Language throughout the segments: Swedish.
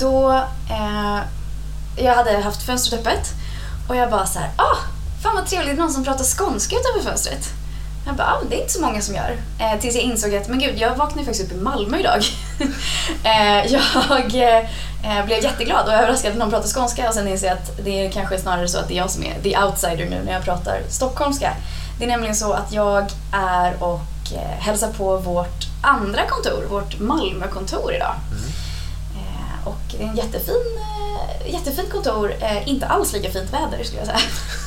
då jag hade haft fönstret öppet och jag bara så här, fan vad trevligt, någon som pratar skånska utanför fönstret. Jag bara, det är inte så många som gör. Tills jag insåg att, men gud, jag vaknade faktiskt upp i Malmö idag. Jag blev jätteglad och överraskad att någon pratar skånska, och sen inser jag att det är kanske snarare så att det är jag som är the outsider nu när jag pratar stockholmska. Det är nämligen så att jag är och hälsar på vårt andra kontor, vårt Malmökontor idag. Och det är en jättefin kontor, inte alls lika fint väder skulle jag säga.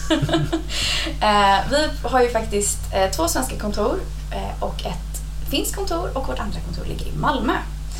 Vi har ju faktiskt 2 svenska kontor och ett finskt kontor, och vårt andra kontor ligger i Malmö.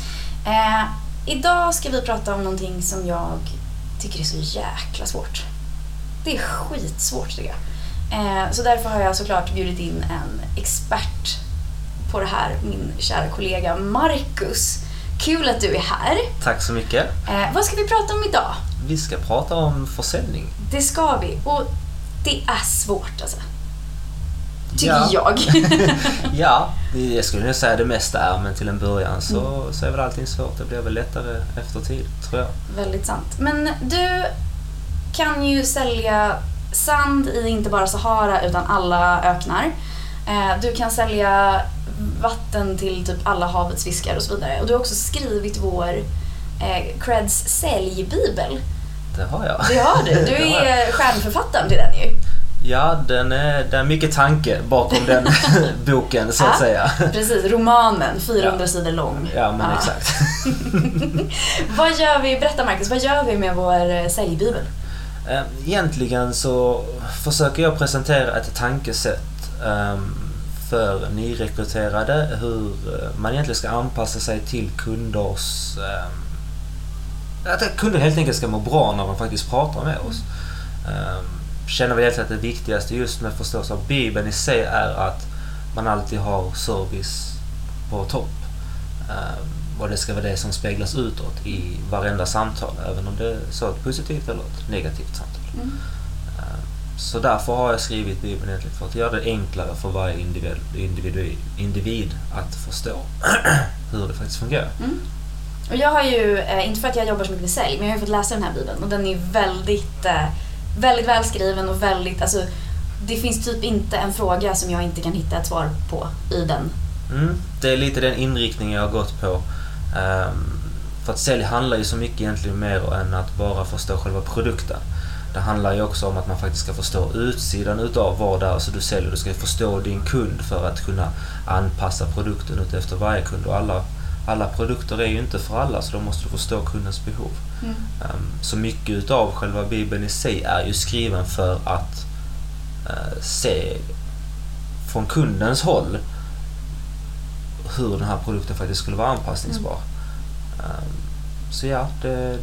Idag ska vi prata om någonting som jag tycker är så jäkla svårt. Det är skitsvårt tycker jag. Så därför har jag såklart bjudit in en expert på det här, min kära kollega Marcus. Kul att du är här. Tack så mycket. Vad ska vi prata om idag? Vi ska prata om försäljning. Det ska vi, och det är svårt alltså. Tycker jag. Ja, jag skulle nog säga det mesta är, men till en början så är väl allting svårt. Det blir väl lättare efter tid, tror jag. Väldigt sant. Men du kan ju sälja sand i inte bara Sahara utan alla öknar. Du kan sälja vatten till typ alla havets fiskar och så vidare. Och du har också skrivit vår Creds säljbibel. Det har jag. Det har du. Du är stjärnförfattaren till den ju. Ja, det är mycket tanke bakom den boken så att säga. Precis, romanen, 400 sidor lång. Ja, men exakt. Vad gör vi, berätta Marcus, vad gör vi med vår säljbibel? Egentligen så försöker jag presentera ett tankesätt för nyrekryterade, hur man egentligen ska anpassa sig till kunders... att kunder helt enkelt ska må bra när man faktiskt pratar med oss. Känner väl egentligen att det viktigaste just med förståelse av Bibeln i sig är att man alltid har service på topp. Och det ska vara det som speglas utåt i varenda samtal, även om det är så ett positivt eller ett negativt samtal. Så därför har jag skrivit Bibeln egentligen för att göra det enklare för varje individ att förstå hur det faktiskt fungerar. Och jag har ju, inte för att jag jobbar så mycket med sälj, men jag har ju fått läsa den här Bibeln och den är väldigt välskriven och väldigt, alltså det finns typ inte en fråga som jag inte kan hitta ett svar på i den. Det är lite den inriktning jag har gått på. För att sälj handlar ju så mycket egentligen mer än att bara förstå själva produkten. Det handlar ju också om att man faktiskt ska förstå utsidan utav vad det är så du säljer. Du ska förstå din kund för att kunna anpassa produkten ut efter varje kund. Och alla produkter är ju inte för alla, så då måste du förstå kundens behov. Så mycket utav själva Bibeln i sig är ju skriven för att se från kundens håll hur den här produkten faktiskt skulle vara anpassningsbar. Så ja, det är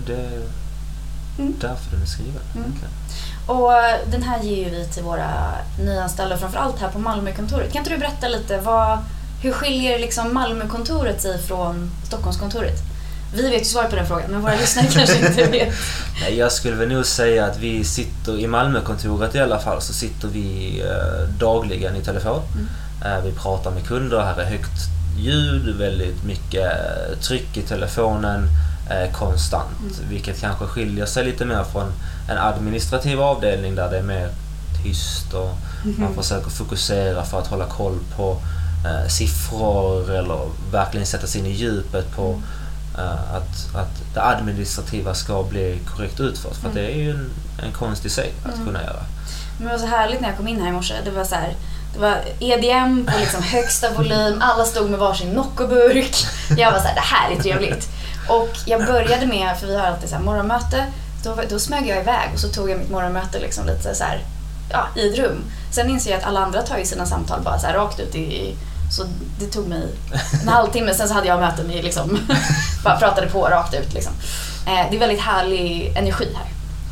därför den är skriven. Och den här ger ju vi till våra nyanställda, framförallt här på Malmökontoret. Kan inte du berätta lite, hur skiljer liksom Malmökontoret sig från Stockholmskontoret? Vi vet ju svar på den frågan, men våra lyssnare kanske inte vet. Nej, jag skulle väl nog säga att vi sitter i Malmökontoret i alla fall, så sitter vi dagligen i telefon. Vi pratar med kunder, här är högt ljud, väldigt mycket tryck i telefonen konstant, vilket kanske skiljer sig lite mer från en administrativ avdelning där det är mer tyst och man försöker fokusera för att hålla koll på siffror eller verkligen sätta sig in i djupet på att det administrativa ska bli korrekt utfört, för att det är ju en konst i sig att kunna göra. Men det var så härligt när jag kom in här i morse. Det var så här, det var EDM på liksom högsta volym, alla stod med varsin Noccoburk. Jag var så här, det här är trevligt. Och jag började med, för vi har alltid så här morgonmöte, då smög jag iväg och så tog jag mitt morgonmöte liksom lite så här, i ett rum. Sen inser jag att alla andra tar ju sina samtal bara så här rakt ut så det tog mig en halvtimme, sen så hade jag möten i liksom bara pratade på rakt ut liksom. Det är väldigt härlig energi här.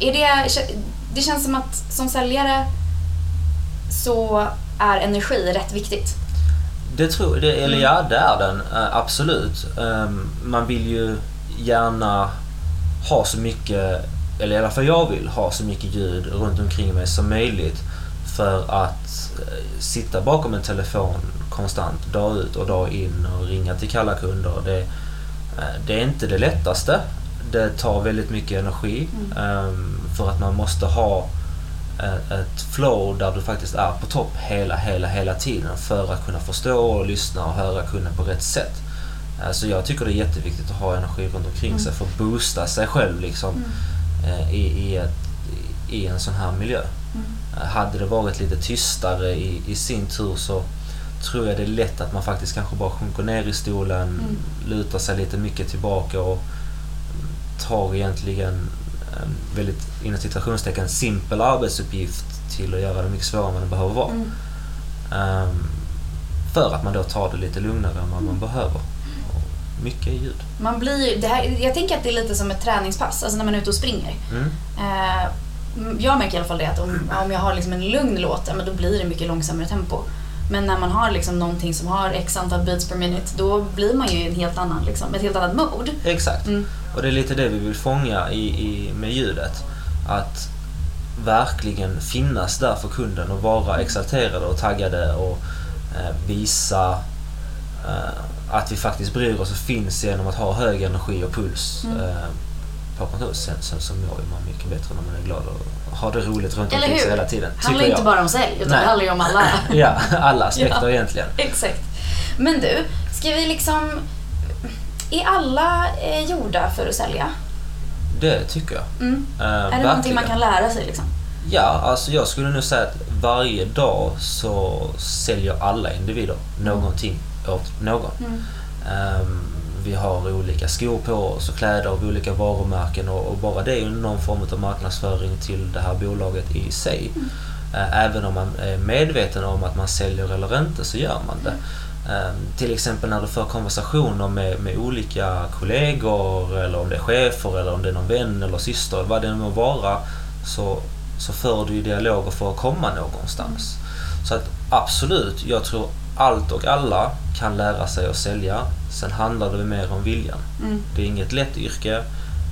Det känns som att som säljare så är energi rätt viktigt. Det tror jag, eller ja, det är den, absolut. Man vill ju gärna ha så mycket, eller i alla fall jag vill ha så mycket ljud runt omkring mig som möjligt, för att sitta bakom en telefon konstant, dag ut och dag in och ringa till kalla kunder. Det är inte det lättaste. det tar väldigt mycket energi för att man måste ha ett flow där du faktiskt är på topp hela tiden för att kunna förstå och lyssna och höra kunden på rätt sätt. Så jag tycker det är jätteviktigt att ha energi runt omkring sig för att boosta sig själv liksom, i en sån här miljö. Hade det varit lite tystare i sin tur så tror jag det är lätt att man faktiskt kanske bara sjunker ner i stolen, lutar sig lite mycket tillbaka och tar egentligen en väldigt, inom citationstecken, simpel arbetsuppgift till att göra det mycket svårare än vad det behöver vara. För att man då tar det lite lugnare än vad man behöver. Och mycket ljud. Man blir, det här, jag tänker att det är lite som ett träningspass, alltså när man är ute och springer. Jag märker i alla fall det att om jag har liksom en lugn låt, men då blir det mycket långsammare tempo. Men när man har liksom någonting som har x antal beats per minute, då blir man ju i en helt annan, liksom, ett helt annat mode. Exakt. Och det är lite det vi vill fånga med ljudet. Att verkligen finnas där för kunden och vara exalterade och taggade och visa att vi faktiskt bryr oss och finns genom att ha hög energi och puls på kontor. Sen så mår man mycket bättre när man är glad och har det roligt runt omkring sig hela tiden. Det handlar inte bara om sälj, utan det handlar ju om alla. Ja, alla aspekter egentligen. Exakt. Men du, ska vi liksom... Är alla gjorda för att sälja? Det tycker jag. Är det någonting man kan lära sig liksom? Ja, alltså jag skulle nu säga att varje dag så säljer alla individer någonting åt någon. Vi har olika skor på oss och kläder av olika varumärken och bara det är ju någon form av marknadsföring till det här bolaget i sig. Även om man är medveten om att man säljer eller inte så gör man det. Till exempel när du för konversationer med olika kollegor eller om det är chefer eller om det är någon vän eller syster, vad det än må vara, så för du ju dialoger för att komma någonstans. Så att absolut, jag tror allt och alla kan lära sig att sälja. Sen handlar det mer om viljan. Det är inget lätt yrke,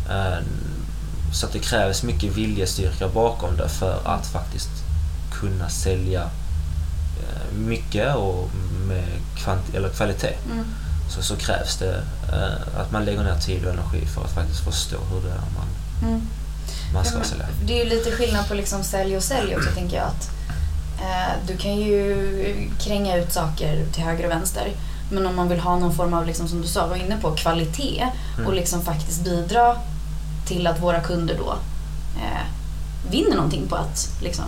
så att det krävs mycket viljestyrka bakom det för att faktiskt kunna sälja mycket och med kvalitet. Så krävs det att man lägger ner tid och energi för att faktiskt förstå hur det är man ska sälja. Det är ju lite skillnad på liksom sälj och sälj också, tänker jag, att du kan ju kränga ut saker till höger och vänster, men om man vill ha någon form av, liksom, som du sa, var inne på, kvalitet och liksom faktiskt bidra till att våra kunder då vinner någonting på att liksom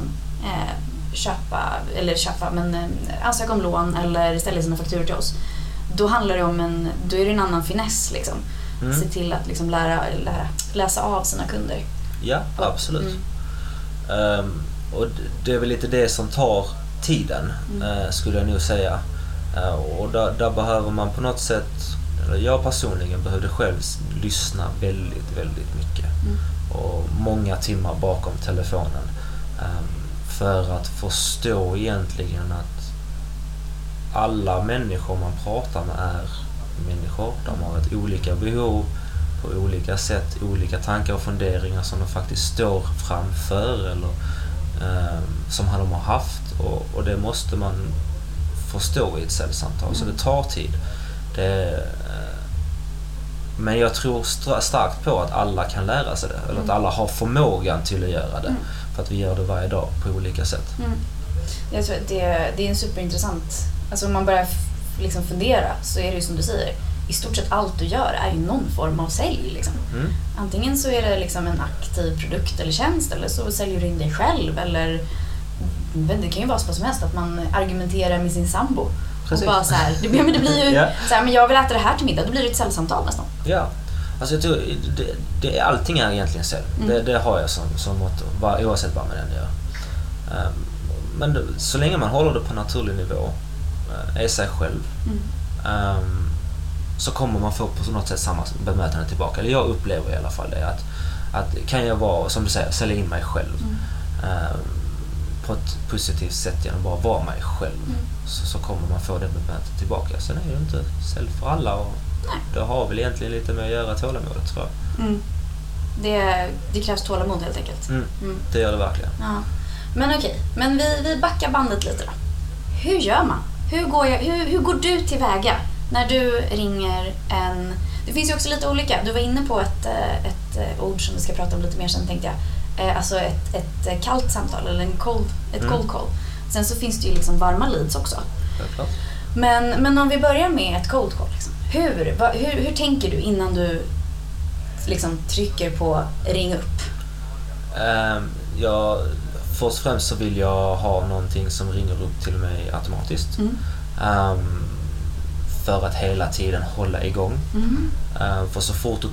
ansöka om lån eller ställa sina fakturor till oss, då handlar det om då är det en annan finess liksom. Se till att liksom läsa av sina kunder. Ja, absolut. Och det är väl lite det som tar tiden, skulle jag nog säga. Och där behöver man på något sätt, eller jag personligen behövde själv lyssna väldigt, väldigt mycket. Och många timmar bakom telefonen. För att förstå egentligen att alla människor man pratar med är människor. De har ett olika behov på olika sätt, olika tankar och funderingar som de faktiskt står framför eller som de har haft. Och det måste man förstå i ett säljsamtal. Så det tar tid. Men jag tror starkt på att alla kan lära sig det. Eller att alla har förmågan till att göra det. För att vi gör det varje dag på olika sätt. Jag tror att det är en superintressant... Alltså om man börjar liksom fundera, så är det ju som du säger. I stort sett allt du gör är ju någon form av sälj. Liksom. Antingen så är det liksom en aktiv produkt eller tjänst, eller så säljer du in dig själv. Eller det kan ju vara så som helst att man argumenterar med sin sambo. Precis. Och bara så här, det blir ju så här, men jag vill äta det här till middag, då blir det ett säljsamtal nästan. Ja, alltså jag tror allting är egentligen sälj. Det har jag som motto, oavsett vad man än gör. Men så länge man håller det på naturlig nivå, är sig själv, så kommer man få på något sätt samma bemötande tillbaka. Eller jag upplever i alla fall det, att kan jag vara, som du säger, sälja in mig själv på ett positivt sätt genom bara vara mig själv, så kommer man få det bemötandet tillbaka. Sen är det ju inte sälj för alla, och det har väl egentligen lite med att göra tålamodet, tror jag. Det krävs tålamod helt enkelt. Det gör det verkligen. Ja. Men okej, men vi backar bandet lite då. Hur gör man? Hur går du tillväga när du ringer en Det finns ju också lite olika. Du var inne på ett ord som vi ska prata om lite mer sen, tänkte jag. Alltså ett kallt samtal eller ett cold call. Sen så finns det ju liksom varma leads också. Men om vi börjar med ett cold call. Liksom. Hur tänker du innan du liksom trycker på ring upp? Först och främst så vill jag ha någonting som ringer upp till mig automatiskt. För att hela tiden hålla igång. För så fort du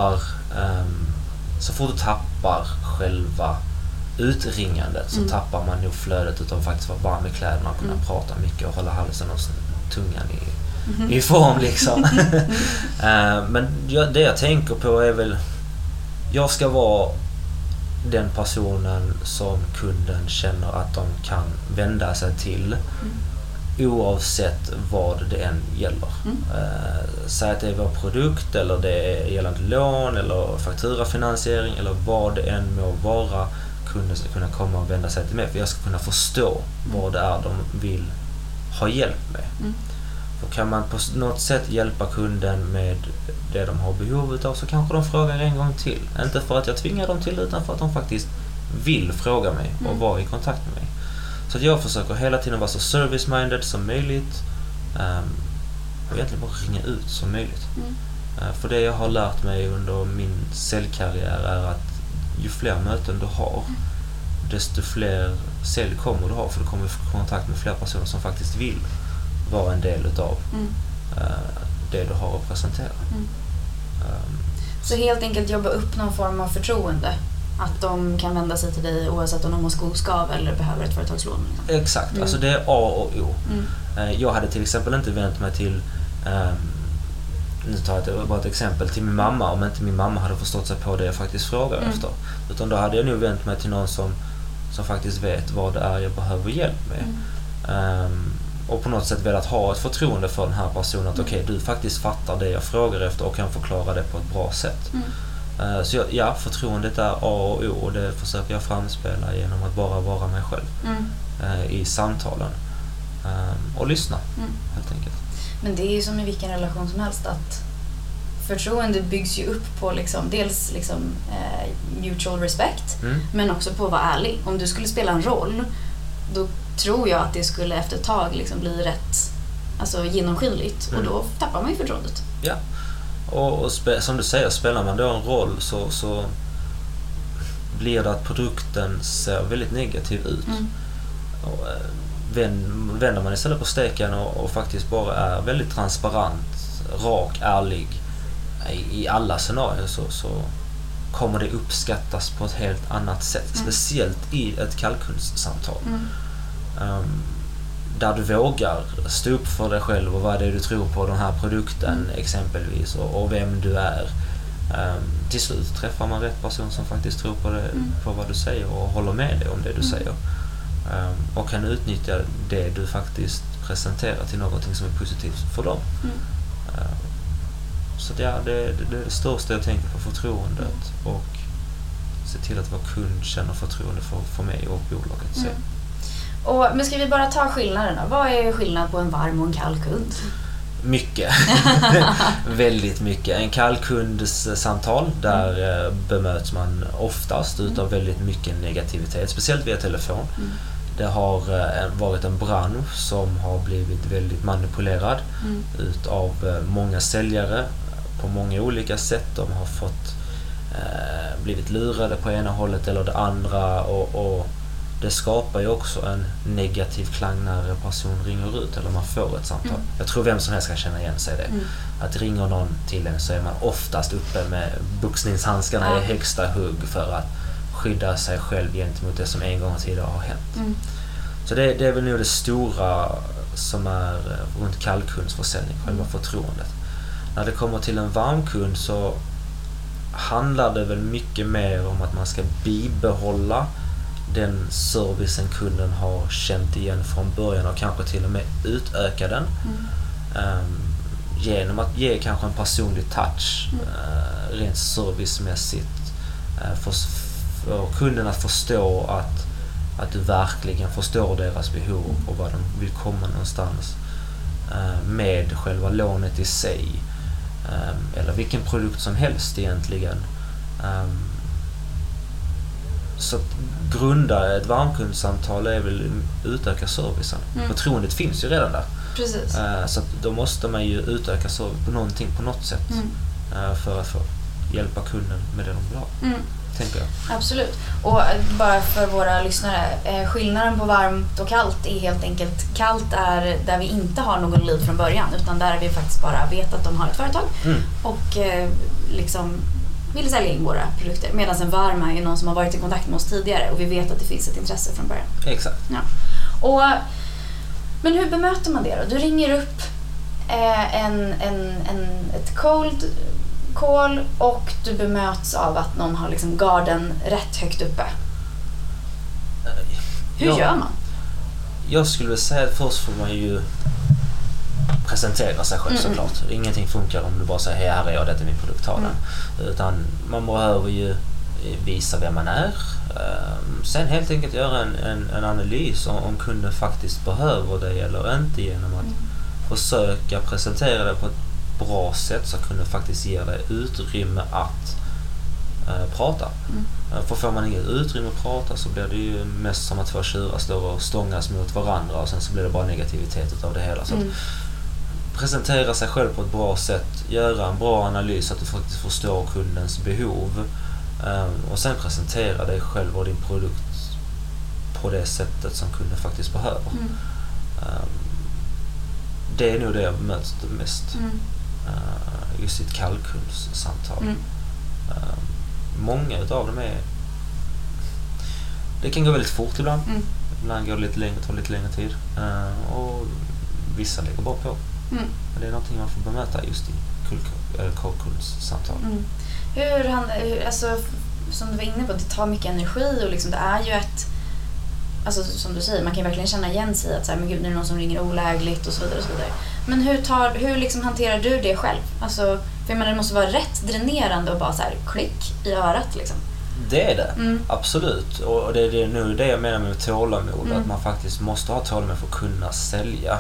tappar själva utringandet så tappar man nog flödet utav att faktiskt vara varm i kläderna och kunna prata mycket och hålla halsen och tungan i form liksom. Men det jag tänker på är väl, jag ska vara den personen som kunden känner att de kan vända sig till oavsett vad det än gäller. Säg att det är vår produkt eller det är gällande lån eller fakturafinansiering eller vad det än må vara, kunden ska kunna komma och vända sig till mig för jag ska kunna förstå vad det är de vill ha hjälp med. Och kan man på något sätt hjälpa kunden med det de har behov av så kanske de frågar en gång till. Inte för att jag tvingar dem till utan för att de faktiskt vill fråga mig och vara i kontakt med mig. Så att jag försöker hela tiden vara så service-minded som möjligt och egentligen bara ringa ut som möjligt. För det jag har lärt mig under min säljkarriär är att ju fler möten du har desto fler sälj kommer du ha för du kommer i kontakt med fler personer som faktiskt vill vara en del utav det du har att presentera. Så helt enkelt jobba upp någon form av förtroende. Att de kan vända sig till dig oavsett om de har skoskav eller behöver ett företagslån. Liksom. Exakt, alltså det är A och O. Jag hade till exempel inte vänt mig till, nu tar jag bara ett exempel, till min mamma om inte min mamma hade förstått sig på det jag faktiskt frågar efter. Utan då hade jag nog vänt mig till någon som faktiskt vet vad det är jag behöver hjälp med. Och på något sätt velat ha ett förtroende för den här personen att okej, du faktiskt fattar det jag frågar efter och kan förklara det på ett bra sätt. Så förtroendet är A och O och det försöker jag framspela genom att bara vara mig själv i samtalen och lyssna helt enkelt. Men det är ju som i vilken relation som helst att förtroende byggs ju upp på liksom, dels liksom, mutual respect men också på att vara ärlig. Om du skulle spela en roll då tror jag att det skulle efter ett tag liksom bli rätt genomskinligt och då tappar man ju förtroendet. Ja. Och som du säger, spelar man då en roll så blir det att produkten ser väldigt negativ ut. Och vänder man istället på steken och faktiskt bara är väldigt transparent, rak, ärlig i alla scenarier så kommer det uppskattas på ett helt annat sätt. Speciellt i ett kallkundssamtal. Där du vågar stå upp för dig själv och vad det är du tror på den här produkten exempelvis och vem du är. Till slut träffar man rätt person som faktiskt tror på vad du säger och håller med dig om det du säger. Och kan utnyttja det du faktiskt presenterar till någonting som är positivt för dem. Så det är det största jag tänker på, förtroendet och se till att vår kund känner förtroende för mig och bolaget. Men ska vi bara ta skillnaden då? Vad är skillnad på en varm och en kall kund? Mycket. Väldigt mycket. En kallkundssamtal där bemöts man oftast utav väldigt mycket negativitet, speciellt via telefon. Det har varit en bransch som har blivit väldigt manipulerad utav många säljare på många olika sätt. De har fått blivit lurade på ena hållet eller det andra och det skapar ju också en negativ klang när en person ringer ut eller man får ett samtal. Jag tror vem som helst kan känna igen sig i det. Att ringer någon till en så är man oftast uppe med boxningshandskarna i högsta hugg för att skydda sig själv gentemot det som en gång tidigare har hänt. Så det är väl nu det stora som är runt kallkundsförsäljning, själva förtroendet. När det kommer till en varmkund så handlar det väl mycket mer om att man ska bibehålla den servicen kunden har känt igen från början och kanske till och med utöka den genom att ge kanske en personlig touch rent servicemässigt för kunden att förstå att du verkligen förstår deras behov och vad de vill komma någonstans med själva lånet i sig. eller vilken produkt som helst egentligen. Så att grunda ett varmkundssamtal är väl utöka servicen. Förtroendet finns ju redan där. Precis. Så att då måste man ju utöka service på någonting på något sätt för att få hjälpa kunden med det de vill ha. Tänker jag. Absolut. Och bara för våra lyssnare, skillnaden på varmt och kallt är helt enkelt kallt är där vi inte har någon lead från början, utan där vi faktiskt bara vet att de har ett företag och liksom vill sälja in våra produkter. Medan en varm är någon som har varit i kontakt med oss tidigare och vi vet att det finns ett intresse från början. Exakt. Ja. Men hur bemöter man det då? Du ringer upp ett cold call och du bemöts av att någon har liksom garden rätt högt uppe. Hur gör man? Jag skulle säga att först får man ju presentera sig själv såklart. Ingenting funkar om du bara säger hej, här är jag, detta är min produkt, ta den. Utan man behöver ju visa vem man är. Sen helt enkelt göra en analys om kunden faktiskt behöver det eller inte, genom att försöka presentera det på ett bra sätt så kunden faktiskt ger dig utrymme att prata. För får man inget utrymme att prata så blir det ju mest som att två tjurar står och stångas mot varandra och sen så blir det bara negativitet av det hela. Så att presentera sig själv på ett bra sätt, göra en bra analys så att du faktiskt förstår kundens behov och sen presentera dig själv och din produkt på det sättet som kunden faktiskt behöver. Det är nog det jag möts mest just i ett kallkundssamtal. Många utav dem det kan gå väldigt fort ibland. Ibland går det lite längre, tar lite längre tid. Och vissa lägger bara på. Men det är någonting man får bemöta just i kallkundssamtal. Alltså, som du var inne på, det tar mycket energi och liksom, det är ju ett, alltså som du säger, man kan verkligen känna igen sig att så här, men gud, nu är det någon som ringer olägligt och så vidare och så vidare. Men hur liksom hanterar du det själv? Alltså, för jag menar, det måste vara rätt dränerande och bara så här klick i örat liksom. Det är det, absolut. Och det är nu det jag menar med tålamod, att man faktiskt måste ha tålamod för att kunna sälja.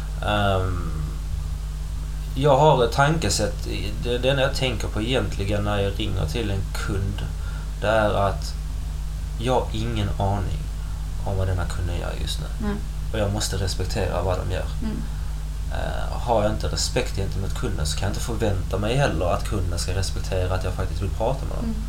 Jag har ett tankesätt, det enda jag tänker på egentligen när jag ringer till en kund, det är att jag har ingen aning om vad denna kunden gör just nu. Och jag måste respektera vad de gör. Har jag inte respekt gentemot kunden så kan jag inte förvänta mig heller att kunden ska respektera att jag faktiskt vill prata med dem.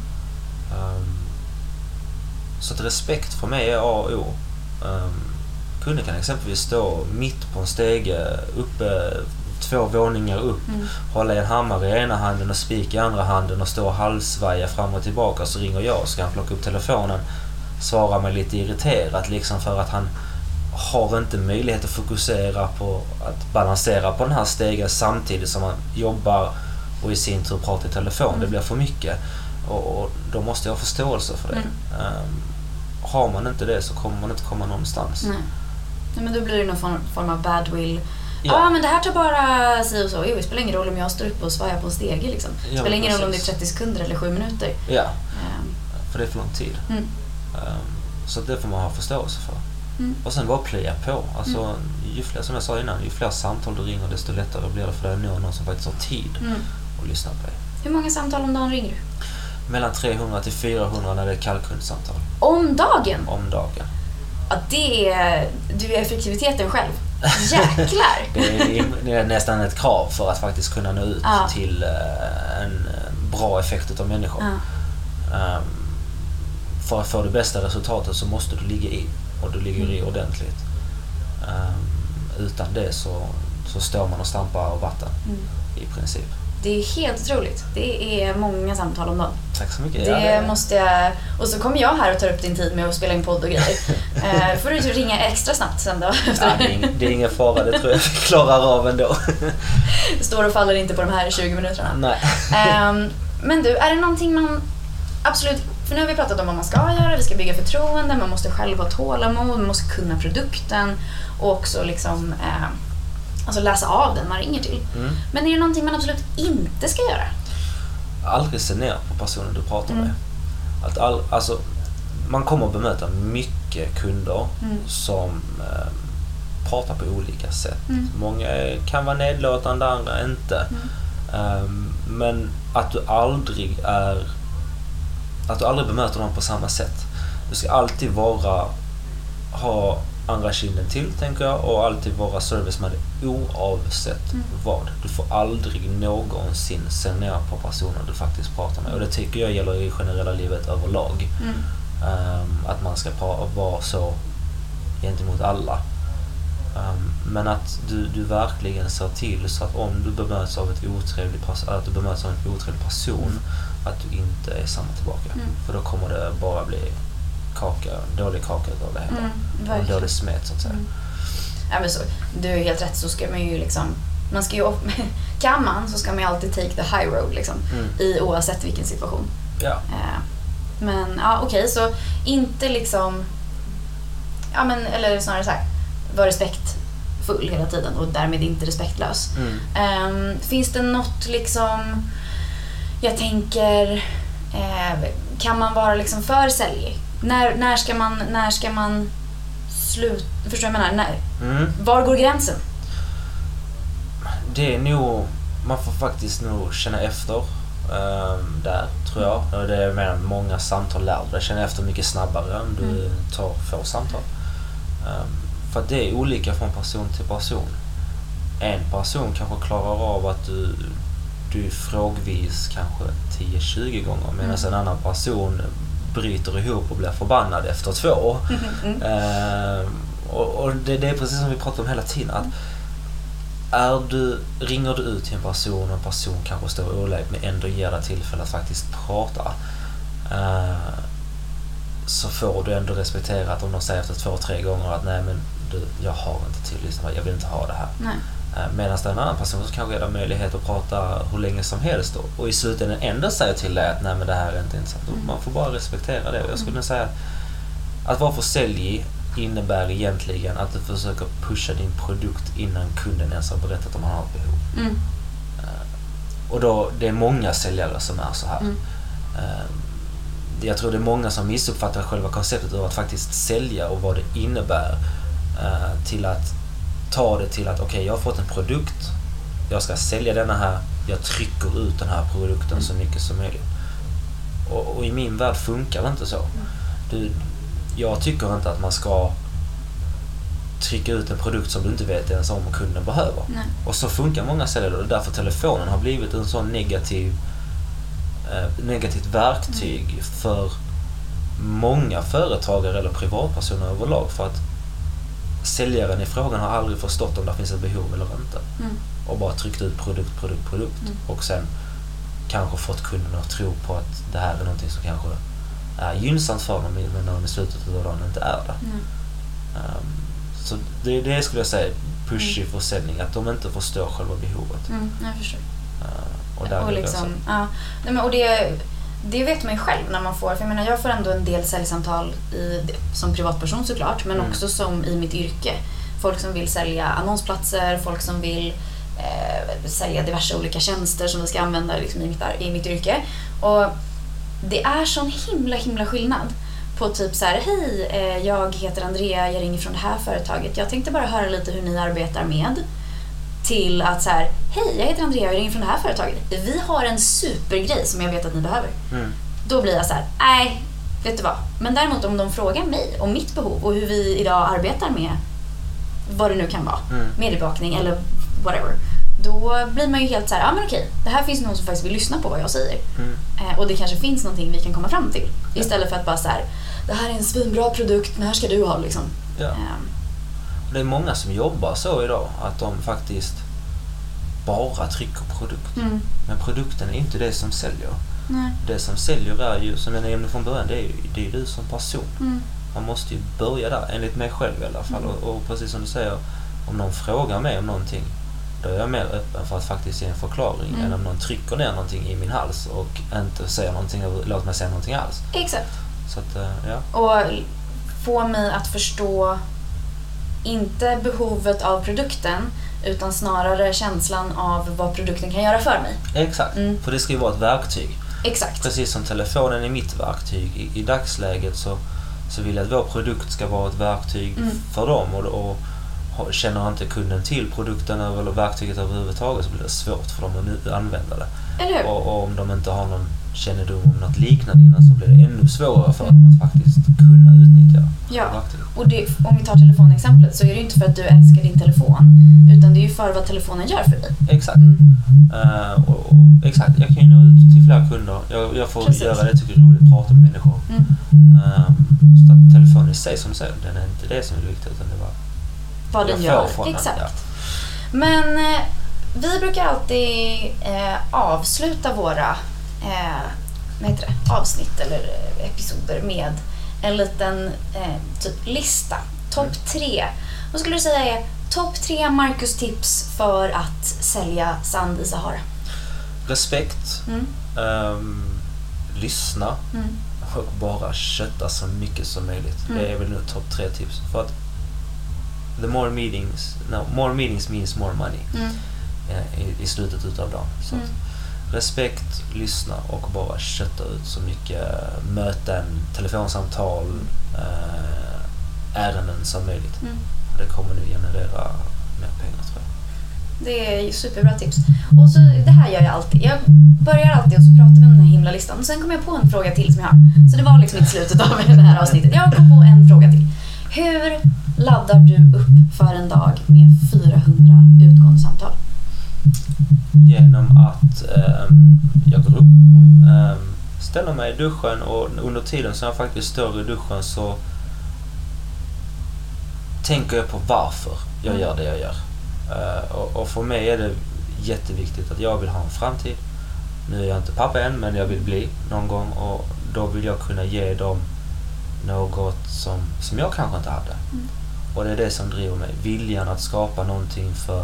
Så att respekt för mig är A och O. Kunden kan exempelvis stå mitt på en stege uppe 2 våningar upp, hålla en hammare i ena handen och spik i andra handen och stå och halsvaja fram och tillbaka, så ringer jag, ska han plocka upp telefonen, svara mig lite irriterat liksom, för att han har inte möjlighet att fokusera på att balansera på den här stegen samtidigt som man jobbar och i sin tur pratar i telefon. Det blir för mycket och då måste jag ha förståelse för det. Har man inte det så kommer man inte komma någonstans. Nej, men då blir det någon form av badwill. Ja, men det här tar bara si och så. Jo, det spelar ingen roll om jag står upp och svajar på en stege liksom. Det spelar ingen roll om det är 30 sekunder eller 7 minuter. Ja, för det är för lång tid. Så det får man ha förståelse för. Och sen bara plöja på. Alltså, ju fler, som jag sa innan, ju fler samtal du ringer, desto lättare blir det för dig att nå någon som faktiskt har tid att lyssna på dig. Hur många samtal om dagen ringer du? Mellan 300 till 400 när det är kallkundssamtal. Om dagen? Om dagen. Ja, du är effektiviteten själv. Jäklar! Det är nästan ett krav för att faktiskt kunna nå ut till en bra effekt av människor. För att få det bästa resultatet så måste du ligga i. Och du ligger i ordentligt. Utan det så står man och stampar av vatten i princip. Det är helt otroligt. Det är många samtal om dagen. Tack så mycket. Det måste jag... Och så kommer jag här och tar upp din tid med att spela in podd och grejer. Får du ringa extra snabbt sen då? Ja, det är ingen fara. Det tror jag vi klarar av ändå. Det står och faller inte på de här 20 minuterna. Nej. Men du, är det någonting man... Absolut... För nu har vi pratat om vad man ska göra. Vi ska bygga förtroende. Man måste själv ha tålamod. Man måste kunna produkten. Och också liksom... Alltså läsa av den man ringer till. Men är det någonting man absolut inte ska göra? Aldrig se ner på personen du pratar med. Alltså, man kommer att bemöta mycket kunder som pratar på olika sätt. Många kan vara nedlåtande, andra inte. Men att du aldrig bemöter dem på samma sätt. Du ska alltid ha andra kinden till, tänker jag, och alltid vara serviceman oavsett vad. Du får aldrig någonsin se ner på personen du faktiskt pratar med. Och det tycker jag gäller i generella livet överlag. Att man ska vara så gentemot alla. Men att du verkligen ser till så att om du bemöts av en otrevlig person, att du inte är samma tillbaka. För då kommer det bara bli dålig kaka av det hela. En dålig smet, så att säga. Ja, men så, du är helt rätt, så ska man ju liksom, kan man, så ska man ju alltid take the high road liksom, i oavsett vilken situation. Ja. Men ja, okej, så inte liksom, ja men, eller snarare så här, var respektfull hela tiden och därmed inte respektlös. Finns det något liksom, jag tänker, kan man vara liksom för säljig? När ska man sluta? Förstår jag menar? Var går gränsen? Det är nog, man får faktiskt nog känna efter där, tror jag. Och det är mer många samtal lärde. Jag känner efter mycket snabbare än du får samtal. För att det är olika från person till person. En person kanske klarar av att du är frågvis kanske 10-20 gånger, medan en annan person bryter ihop och blir förbannad efter 2. Och det är precis som vi pratar om hela tiden, att ringer du ut till en person och en person kanske står olägg men ändå ger dig tillfälle att faktiskt prata, så får du ändå respektera att om de säger efter 2-3 gånger att nej, men jag har inte till, liksom, jag vill inte ha det här. Medan det är en annan person som kanske har möjlighet att prata hur länge som helst och i slutändan ändå säger till dig att nej, men det här är inte intressant. Man får bara respektera det. Jag skulle säga att vara försäljig innebär egentligen att du försöker pusha din produkt innan kunden ens har berättat om han har ett behov. Och då, det är många säljare som är så här. Jag tror det är många som missuppfattar själva konceptet av att faktiskt sälja och vad det innebär, till att ta det till att okej, jag har fått en produkt, jag ska sälja denna här, jag trycker ut den här produkten så mycket som möjligt. Och i min värld funkar det inte så. Jag tycker inte att man ska trycka ut en produkt som du inte vet ens om kunden behöver. Och så funkar många säljare, och därför telefonen har blivit en sån negativt verktyg för många företagare eller privatpersoner överlag, för att säljaren i frågan har aldrig förstått om det finns ett behov eller inte. Och bara tryckt ut produkt och sen kanske fått kunden att tro på att det här är någonting som kanske är gynnsamt för dem, men när de i slutet av dagen inte är det. Så det skulle jag säga, pushig försäljning, att de inte förstår själva behovet. Jag förstår. Och liksom, och det vet man ju själv när man får, för jag menar, jag får ändå en del säljsamtal som privatperson såklart, men också som i mitt yrke. Folk som vill sälja annonsplatser, folk som vill sälja diverse olika tjänster som vi ska använda liksom i mitt yrke. Och det är sån himla skillnad på typ så här: hej, jag heter Andrea, jag ringer från det här företaget. Jag tänkte bara höra lite hur ni arbetar med. Till att så här: hej, jag heter Andrea, jag ringer från det här företaget. Vi har en supergrej som jag vet att ni behöver. Då blir jag så här: nej, vet du vad? Men däremot om de frågar mig om mitt behov och hur vi idag arbetar med vad det nu kan vara, mediebevakning eller whatever, då blir man ju helt så här: ja men okej, det här finns någon som faktiskt vill lyssna på vad jag säger. Och det kanske finns någonting vi kan komma fram till. Istället för att bara så här: det här är en svinbra produkt, men här ska du ha liksom. Det är många som jobbar så idag, att de faktiskt bara trycker produkt. Men produkten är inte det som säljer. Det som säljer är ju, som jag nämnde från början, det är du som person. Man måste ju börja där, enligt mig själv i alla fall. Och precis som du säger, om någon frågar mig om någonting, då är jag mer öppen för att faktiskt ge en förklaring än om någon trycker ner någonting i min hals och inte säger någonting, låt mig säga någonting alls. Exakt. Så att, Och få mig att förstå inte behovet av produkten, utan snarare känslan av vad produkten kan göra för mig. Exakt, för det ska ju vara ett verktyg. Exakt. Precis som telefonen är mitt verktyg. I dagsläget så vill jag att vår produkt ska vara ett verktyg för dem. Och känner inte kunden till produkten eller verktyget överhuvudtaget, så blir det svårt för dem att använda det. Eller hur? Och om de inte har någon kännedom om något liknande innan, så blir det ännu svårare för dem att faktiskt kunna utnyttja verktyget. Och om vi tar telefonexemplet, så är det ju inte för att du älskar din telefon, utan det är ju för vad telefonen gör för dig. Exakt. Exakt. Jag kan ju nå ut till fler kunder. Jag får göra det, tycker jag är roligt att prata med människor. Så att telefonen i sig som säger, den är inte det som är viktigt, utan det var vad den gör. Exakt. Men vi brukar alltid avsluta våra avsnitt eller episoder med en liten typ lista. Topp 3. Vad skulle du säga är topp 3 Marcus-tips för att sälja sand i Sahara? Respekt. Lyssna. Och bara kötta så mycket som möjligt. Det är väl nu topp 3 tips. För att more meetings means more money i slutet utav dagen. Så respekt, lyssna och bara kötta ut så mycket möten, telefonsamtal, ärenden som möjligt. Det kommer nu generera mer pengar, tror jag. Det är superbra tips. Och så det här gör jag alltid. Jag börjar alltid och så pratar vi om den här himla listan. Och sen kommer jag på en fråga till som jag har. Så det var liksom inte slutet av det här avsnittet. Jag kom på en fråga till. Hur laddar du upp för en dag med 400 utgående samtal? Genom att jag går upp, ställer mig i duschen, och under tiden som jag faktiskt står i duschen så tänker jag på varför jag gör det jag gör. Och för mig är det jätteviktigt att jag vill ha en framtid. Nu är jag inte pappa än, men jag vill bli någon gång, och då vill jag kunna ge dem något som jag kanske inte hade. Och det är det som driver mig. Viljan att skapa någonting för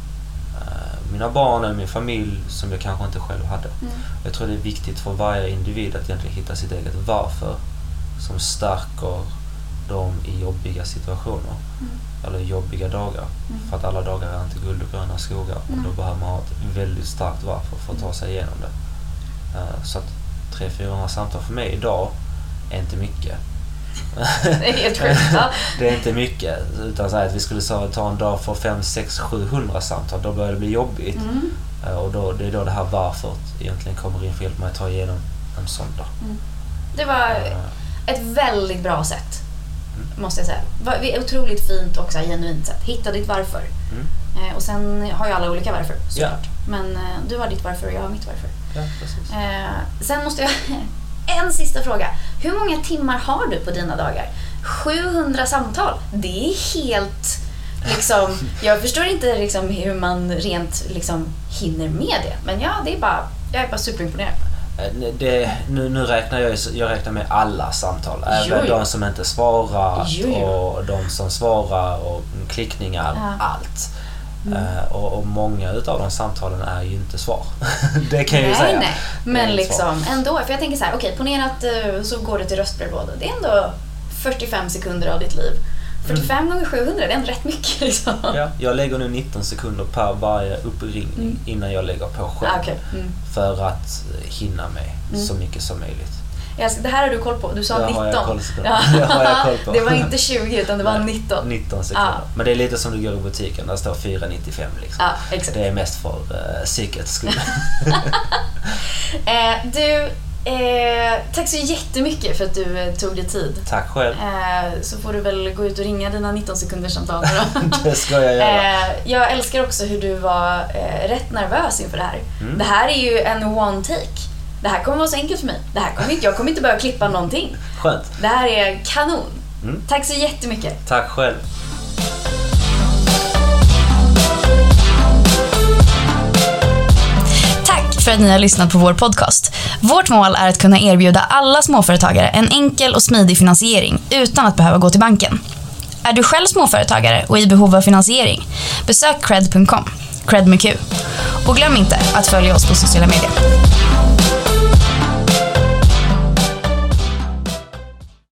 mina barn eller min familj som jag kanske inte själv hade. Jag tror det är viktigt för varje individ att egentligen hitta sitt eget varför som stärker dem i jobbiga situationer eller jobbiga dagar. För att alla dagar är inte guld och gröna skogar, och då behöver man ha ett väldigt starkt varför för att ta sig igenom det. Så att 300-400 samtal för mig idag är inte mycket. Det är helt sjukt. Det är inte mycket, utan så här att vi skulle ta en dag för 500-600-700 samtal, då börjar det bli jobbigt. Och det är då det här varför egentligen kommer in för att hjälpa mig att ta igenom en sån dag. Det var ett väldigt bra sätt, måste jag säga. Det är otroligt fint och så här genuint sätt. Hitta ditt varför. Och sen har ju alla olika varför, såklart. Men du har ditt varför och jag har mitt varför. Ja, precis. Sen måste jag... En sista fråga. Hur många timmar har du på dina dagar? 700 samtal. Det är helt... Liksom, jag förstår inte liksom hur man rent liksom hinner med det. Men ja, jag är bara superimponerad. Nu räknar jag räknar med alla samtal. Även de som inte svarar och de som svarar och klickningar, allt. Och många utav de samtalen är ju inte svar. Det kan jag ju säga. Nej. Men liksom ändå, för jag tänker så här, okej, ponera att så går du till röstbrevlådan. Det är ändå 45 sekunder av ditt liv. 45 gånger 700, det är ändå rätt mycket liksom. Ja, jag lägger nu 19 sekunder per varje uppringning innan jag lägger på själv. För att hinna med så mycket som möjligt. Det här har du koll på. Du sa 19. Det har jag koll på. Det var inte 20 utan det var 19. 19 sekunder. Men det är lite som du går i butiken. Där står 4,95 liksom. Exakt. Det är mest för psykets skull. Tack så jättemycket för att du tog dig tid. Tack själv. Så får du väl gå ut och ringa dina 19 sekunders samtal. Det ska jag göra. Jag älskar också hur du var rätt nervös inför det här. Det här är ju en one take. Det här kommer vara så enkelt för mig. Jag kommer inte börja klippa någonting. Skönt. Det här är kanon. Tack så jättemycket. Tack själv. Tack för att ni har lyssnat på vår podcast. Vårt mål är att kunna erbjuda alla småföretagare en enkel och smidig finansiering utan att behöva gå till banken. Är du själv småföretagare och i behov av finansiering? Besök cred.com. Cred med Q. Och glöm inte att följa oss på sociala medier.